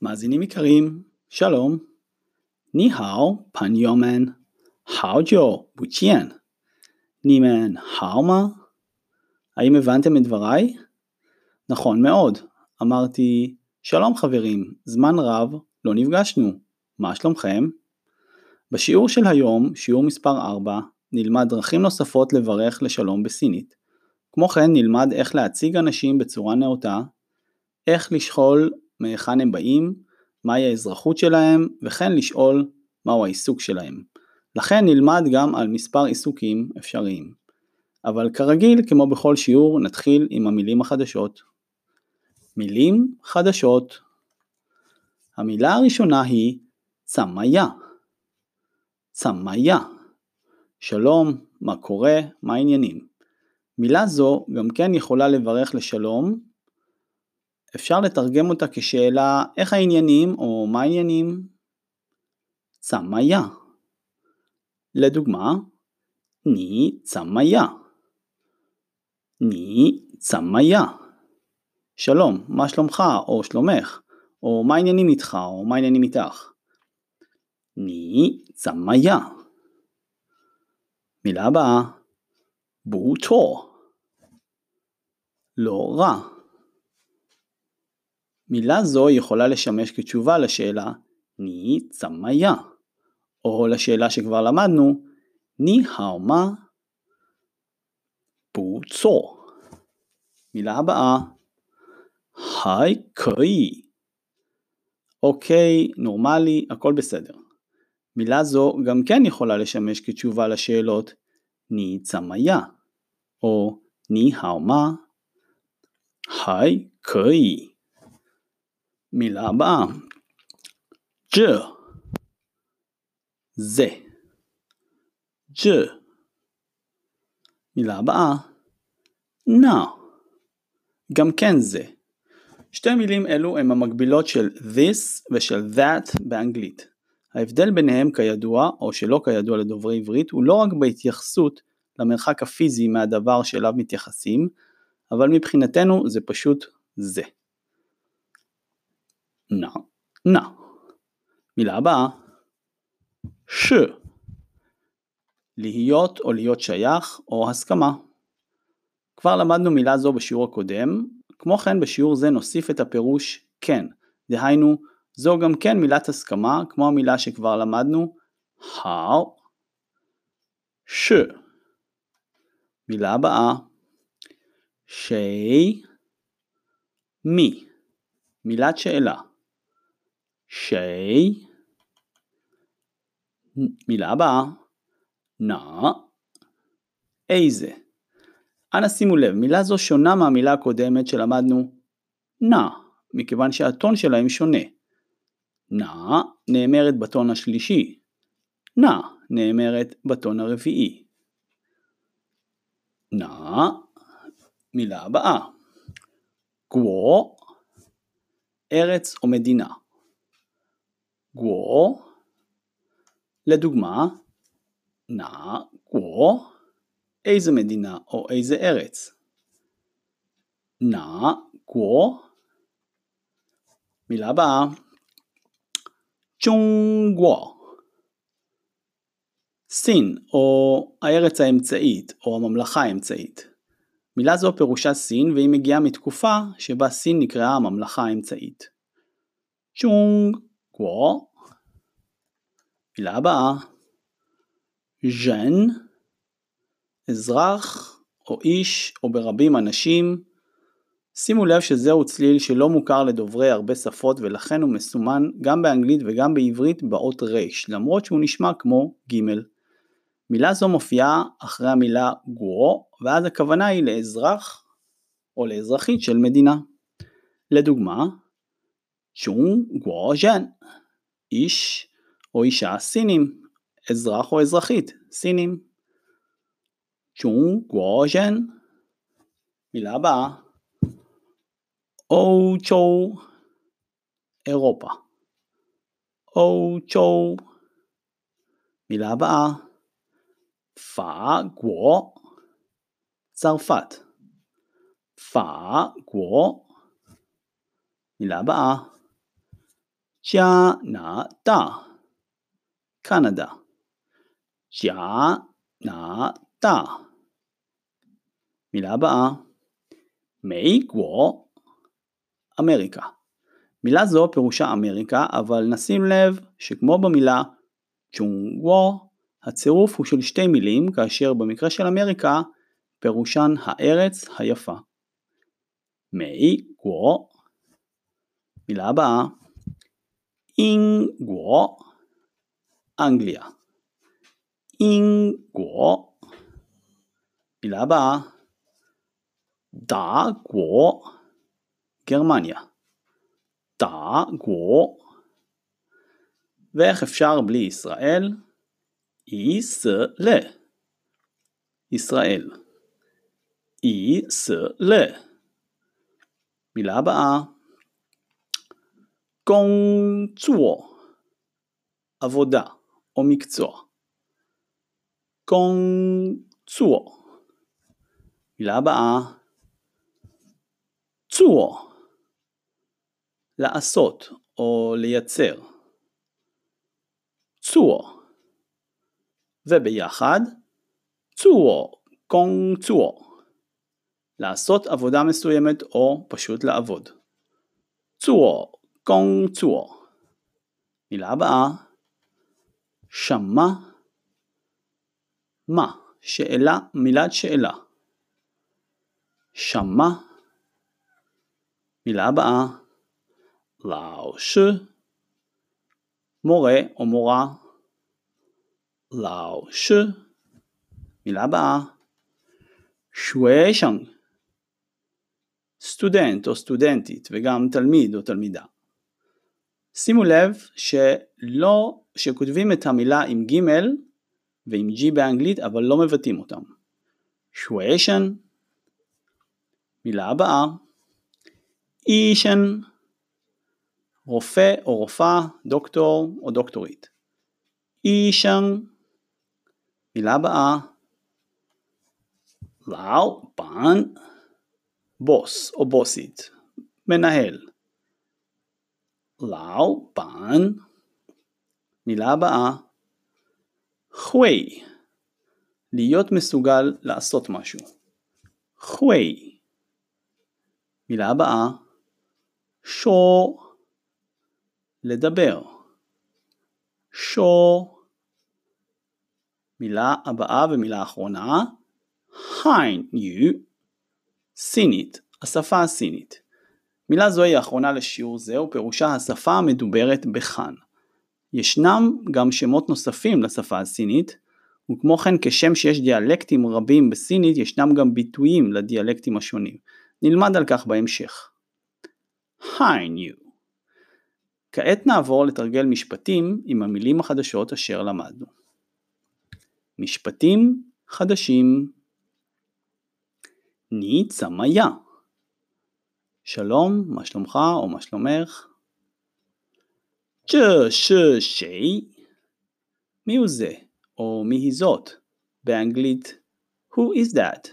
מאזינים יקרים, שלום. ני האו, פן יומן. האו ג'ו, בוציאן. נימן האומה? האם הבנתם את דבריי? נכון מאוד. אמרתי, שלום חברים, זמן רב לא נפגשנו. מה שלומכם? בשיעור של היום, שיעור מספר 4, נלמד דרכים נוספות לברך לשלום בסינית. כמו כן נלמד איך להציג אנשים בצורה נאותה, איך לשאול מהיכן הם באים, מהי האזרחות שלהם, וכן לשאול מהו העיסוק שלהם. לכן נלמד גם על מספר עיסוקים אפשריים. אבל כרגיל, כמו בכל שיעור, נתחיל עם המילים החדשות. מילים חדשות. המילה הראשונה היא צמיה. צמיה. שלום, מה קורה, מה העניינים? מילה זו גם כן יכולה לברך לשלום. אפשר לתרגם אותה כשאלה איך העניינים או מה העניינים? צמיה. לדוגמה, ני צמיה. ני צמיה. שלום, מה שלומך או שלומך? או מה העניינים איתך או מה העניינים איתך? ני צמיה. מילה הבאה, בוטו. לא רע. מילה זו יכולה לשמש כתשובה לשאלה ני צמיה, או לשאלה שכבר למדנו, ני האו מה? בוצו. מילה הבאה, היי קאי. אוקיי, נורמלי, הכל בסדר. מילה זו גם כן יכולה לשמש כתשובה לשאלות ני צמיה, או ני האו מה? היי קאי. מילה הבאה, ג'ה. זה. ג'ה. מילה הבאה, נא. גם כן זה. שתי מילים אלו הם המקבילות של this ושל that באנגלית. ההבדל ביניהם כידוע, או שלא כידוע לדוברי עברית, הוא לא רק בהתייחסות למרחק הפיזי מהדבר שאליו מתייחסים, אבל מבחינתנו זה פשוט זה. נא. נא. מילה הבאה, ש. להיות או להיות שייך או הסכמה. כבר למדנו מילה זו בשיעור הקודם, כמו כן בשיעור זה נוסיף את הפירוש כן, דהיינו זו גם כן מילת הסכמה כמו המילה שכבר למדנו, האו, ש. מילה הבאה, שי, מי, מילת שאלה, שי. מילה הבאה, נא, איזה. אנא שימו לב, מילה זו שונה מהמילה הקודמת שלמדנו נא, מכיוון שהטון שלהם שונה. נא נאמרת בטון השלישי, נא נאמרת בטון הרביעי. נא. מילה הבאה, גו, ארץ או מדינה. גו, לדוגמה, נא גו, איזה מדינה או איזה ארץ. נא גו. מילה הבאה, צ'ונגו. סין או הארץ האמצעית או הממלכה האמצעית. מילה זו פירושה סין והיא מגיעה מתקופה שבה סין נקראה הממלכה האמצעית. צ'ונגו. מילה הבאה, ז'ן, אזרח או איש או ברבים אנשים. שימו לב שזהו צליל שלא מוכר לדוברי הרבה שפות ולכן הוא מסומן גם באנגלית וגם בעברית באות רש, למרות שהוא נשמע כמו ג'. מילה זו מופיעה אחרי המילה גו, ואז הכוונה היא לאזרח או לאזרחית של מדינה. לדוגמה, צ'ונג גו ז'ן, איש או אישה סינים, אזרח או אזרחית סינים. צ'ונג גו ז'ן. מילה הבאה, אוצ'ו, אירופה. אוצ'ו. מילה הבאה, פא גו, צרפת. פא גו. מילה הבאה, 加拿大 קנדה 加拿大 מילה הבאה, 美国 אמריקה. מילה זו פירושה אמריקה, אבל נשים לב שכמו במילה צ'ונגוו, הצירוף הוא של שתי מילים, כאשר במקרה של אמריקה פירושן הארץ היפה. 美国 מילה הבאה, 英国 אנגליה. 英国 מילה הבאה, 德国 גרמניה. 德国 ואיך אפשר בלי ישראל? ישראל. ישראל. ישראל. מילה הבאה, 工作 עבודה או מקצוע. 工作 מילה הבאה, 做 לעשות או לייצר. 做 וביחד 做工作 לעשות עבודה מסוימת או פשוט לעבוד. 做工作 מילה הבאה, שמה מה, שאלה, מילת שאלה. שמה מילה הבאה, 老师 מורה או מורה. 老师 מילה הבאה, 学生 סטודנט או סטודנטית וגם תלמיד או תלמידה. שימו לב שכותבים את המילה עם ג' ועם G באנגלית אבל לא מבטאים אותם. 学生 מילה הבאה, 医生 רופא או רופאה, דוקטור או דוקטורית. 医生 מילה הבאה, 老板 בוס או בוסית, מנהל. 老板 מילה הבאה, 会 להיות מסוגל לעשות משהו. 会 מילה הבאה, 说 לדבר. 说 מילה הבאה ומילה האחרונה, 汉语 סינית, השפה הסינית. מילה זו היא האחרונה לשיעור זה ופירושה השפה המדוברת בכאן. ישנם גם שמות נוספים לשפה הסינית, וכמו כן כשם שיש דיאלקטים רבים בסינית, ישנם גם ביטויים לדיאלקטים השונים. נלמד על כך בהמשך. 汉语 כעת נעבור לתרגל משפטים עם המילים החדשות אשר למדנו. משפטים חדשים. 你怎么样? שלום, מה שלומך או מה שלומך? 这是谁? מי הוא זה או מי היא זאת? באנגלית, who is that?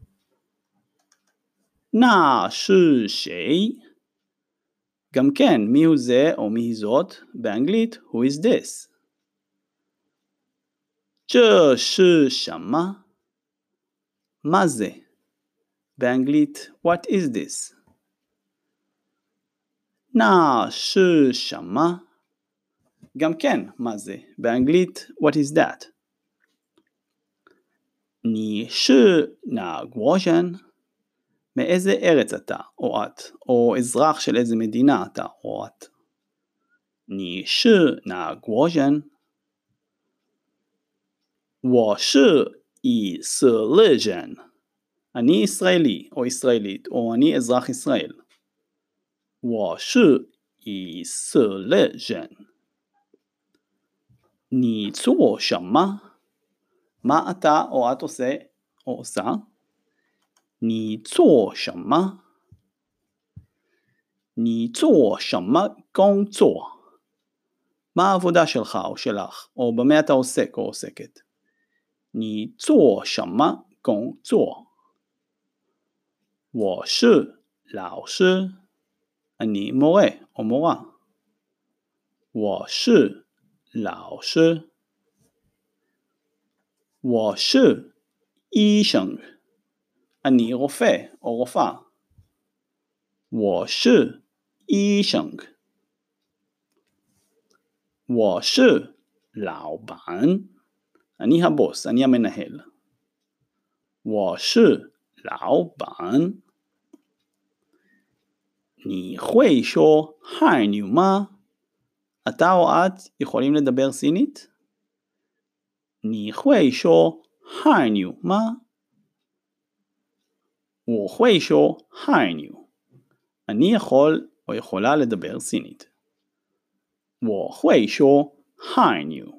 那是谁? גם כן, מי הוא זה או מי היא זאת? באנגלית, who is this? 这是什么? מה זה? באנגלית, what is this? 那是什么? גם כן, מה זה? באנגלית, what is that? 你是哪国人? מאיזה ארץ אתה או את, או אזרח של איזה מדינה אתה או את. 你是哪国人? 我是以色列人. אני ישראלי או ישראלית, או אני אזרח ישראל. 我是以色列人. 你做什么? מה אתה או את עושה או עושה? 你做什么? 你做什么工作? מה העבודה שלך או שלך, או במה אתה עוסק או עוסקת? 你做什么工作? 我是老师. אני מורה או מורה. 我是老师。我是医生。אני רופא או רופאה. 我是医生。我是老板。אני הבוס, אני המנהל. 我是老板。你会说汉语吗? אתה או את יכולים לדבר סינית? 你会说汉语吗? 我会说汉语. אני יכול או יכולה לדבר סינית. 我会说汉语.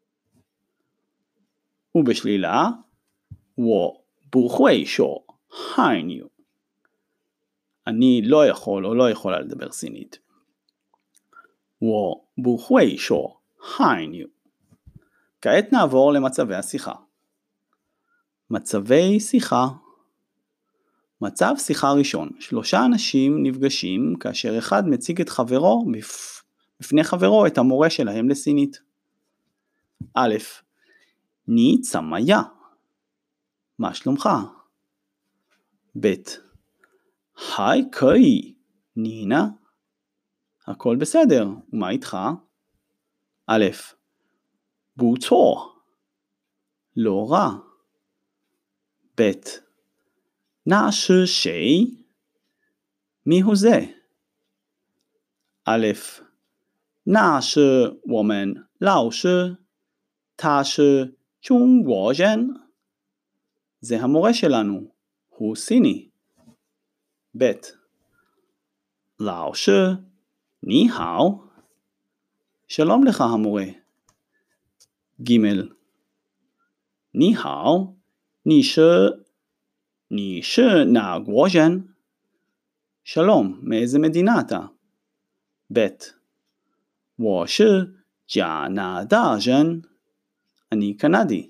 ובשלילה, 我不会说汉语. אני לא יכול או לא יכולה לדבר סינית. 我不会说汉语. כעת נעבור למצבי השיחה. מצבי שיחה. מצב שיחה ראשון. 3 אנשים נפגשים כאשר אחד מציג את חברו בפני חברו את המורה שלהם לסינית. א', 你怎么样? מה שלומך? ב', 还可以, נינה? הכל בסדר, ומה איתך? א', 不错, לא רע. ב', 那是谁? מי הוא זה? א', 那是我们老师，他是中国人. זה המורה שלנו, הוא סיני. ב', 老师你好. שלום לך המורה. ג', 你好, 你是哪国人? שלום, מאיזה מדינה אתה? ב', 我是加拿大人. אני קנדי.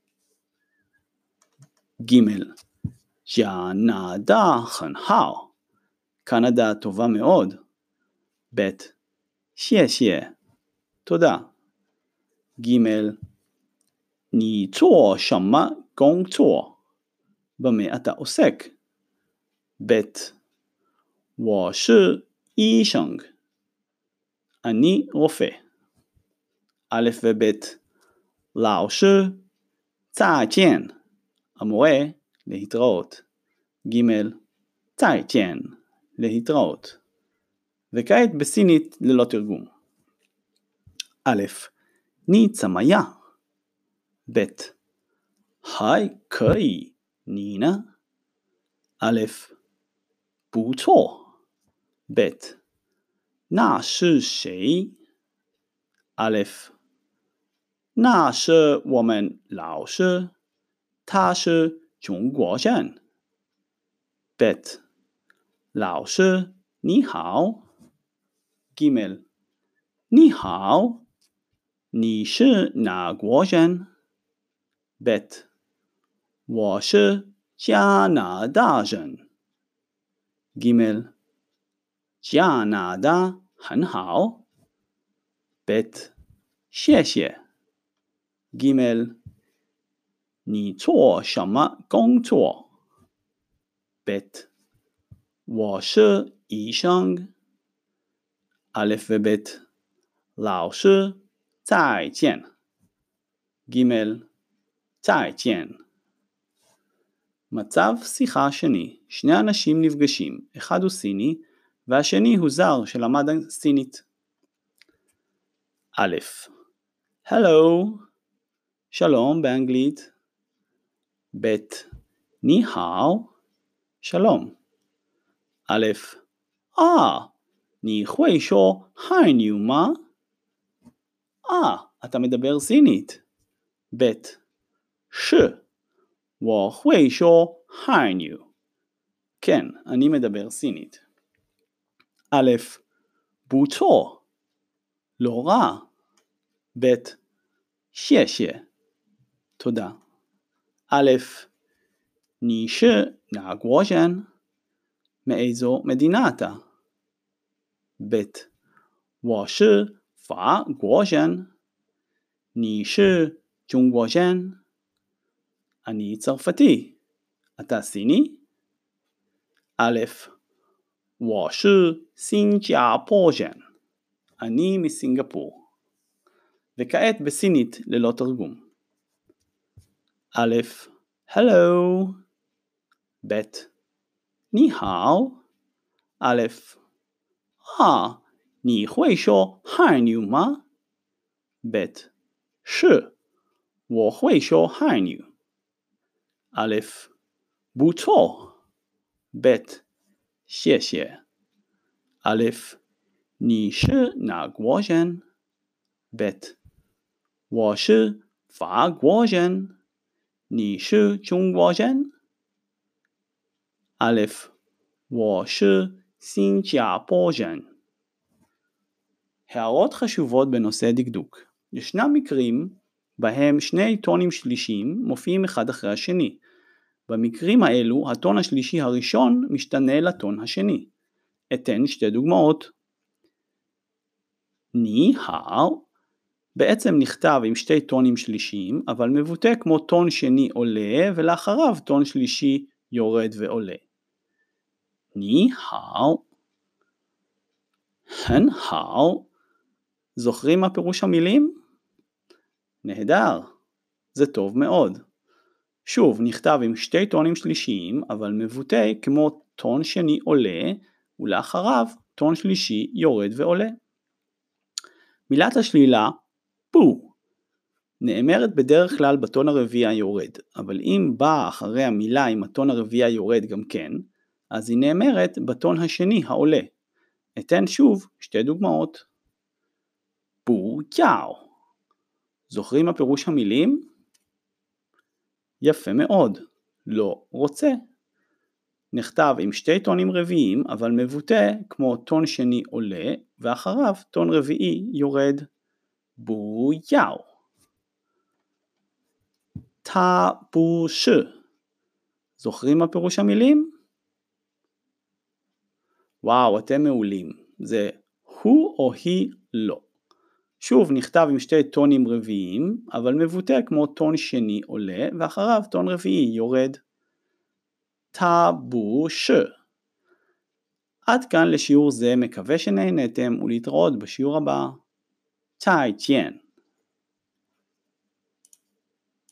ג', 加拿大很好. קנדה טובה מאוד. ב', 谢谢. תודה. ג', 你做什么工作? במה אתה עוסק? ב', 我是医生. אני רופא. א' וב', 老师再见. המורה להתראות. ג', 再见. להתראות. וכעת בסינית ללא תרגום. א', 你怎么样? ב', 还可以, נינה? א', 不错. ב', 那是谁? א', 那是我们老师，他是中国人。bit 老师你好。gimel 你好，你是哪国人？ bet 我是加拿大人。gimel 加拿大很好。bet 谢谢。gimel 你做什么工作？ bet 我是医生。א' וב' 老师再见。ג' 再见. מצב שיחה שני. 2 אנשים נפגשים. אחד הוא סיני והשני הוא זר שלמד סינית. א' Hello, שלום באנגלית. ב' ני האו, שלום. א' ני חוי שו היי מה? אתה מדבר סינית. ב' ש wo hui shuo hanyu. כן, אני מדבר סינית. א' בוצו, לא רע. ב' שיה, תודה. א' ניש נגווז'ן, מאיזו מדינה אתה? ב' 我是法国人你是中国人אני צרפתי אתה סיני א'我是新加坡人אני מסינגפור וכעת בסינית ללא תרגום א' hello ב' 你好 א' 你会说汉语吗b't 是我会说汉语 א' 不错 b't 谢谢 א' 你是哪国人 b't 我是法国人你是中国人 א' 我是新加坡人הערות חשובות בנושא דקדוק. ישנם מקרים בהם שני טונים שלישיים מופיעים אחד אחרי השני. במקרים האלו הטון השלישי הראשון משתנה לטון השני. אתן שתי דוגמאות. ני האו בעצם נכתב עם שתי טונים שלישיים, אבל מבוטא כמו טון שני עולה ולאחריו טון שלישי יורד ועולה. ני האו הן האו זוכרים מה פירוש המילים? נהדר, זה טוב מאוד. שוב, נכתב עם שתי טונים שלישיים, אבל מבוטא כמו טון שני עולה, ולאחריו טון שלישי יורד ועולה. מילת השלילה, פו, נאמרת בדרך כלל בטון הרביעי היורד, אבל אם באה אחרי המילה עם הטון הרביעי היורד גם כן, אז היא נאמרת בטון השני העולה. אתן שוב שתי דוגמאות. פו יאו. זוכרים מה פירוש המילים? יפה מאוד. לא רוצה. נכתב עם שתי טונים רביעיים, אבל מבוטא כמו טון שני עולה, ואחריו טון רביעי יורד. בו יאו. תה בו ש. זוכרים מה פירוש המילים? וואו, אתם מעולים. זה הוא או היא לא. שוב נכתב עם שתי טונים רביעיים, אבל מבוטא כמו טון שני עולה, ואחריו טון רביעי יורד. תה בו ש. עד כאן לשיעור זה, מקווה שנהנתם ולהתראות בשיעור הבא. צאי ציין.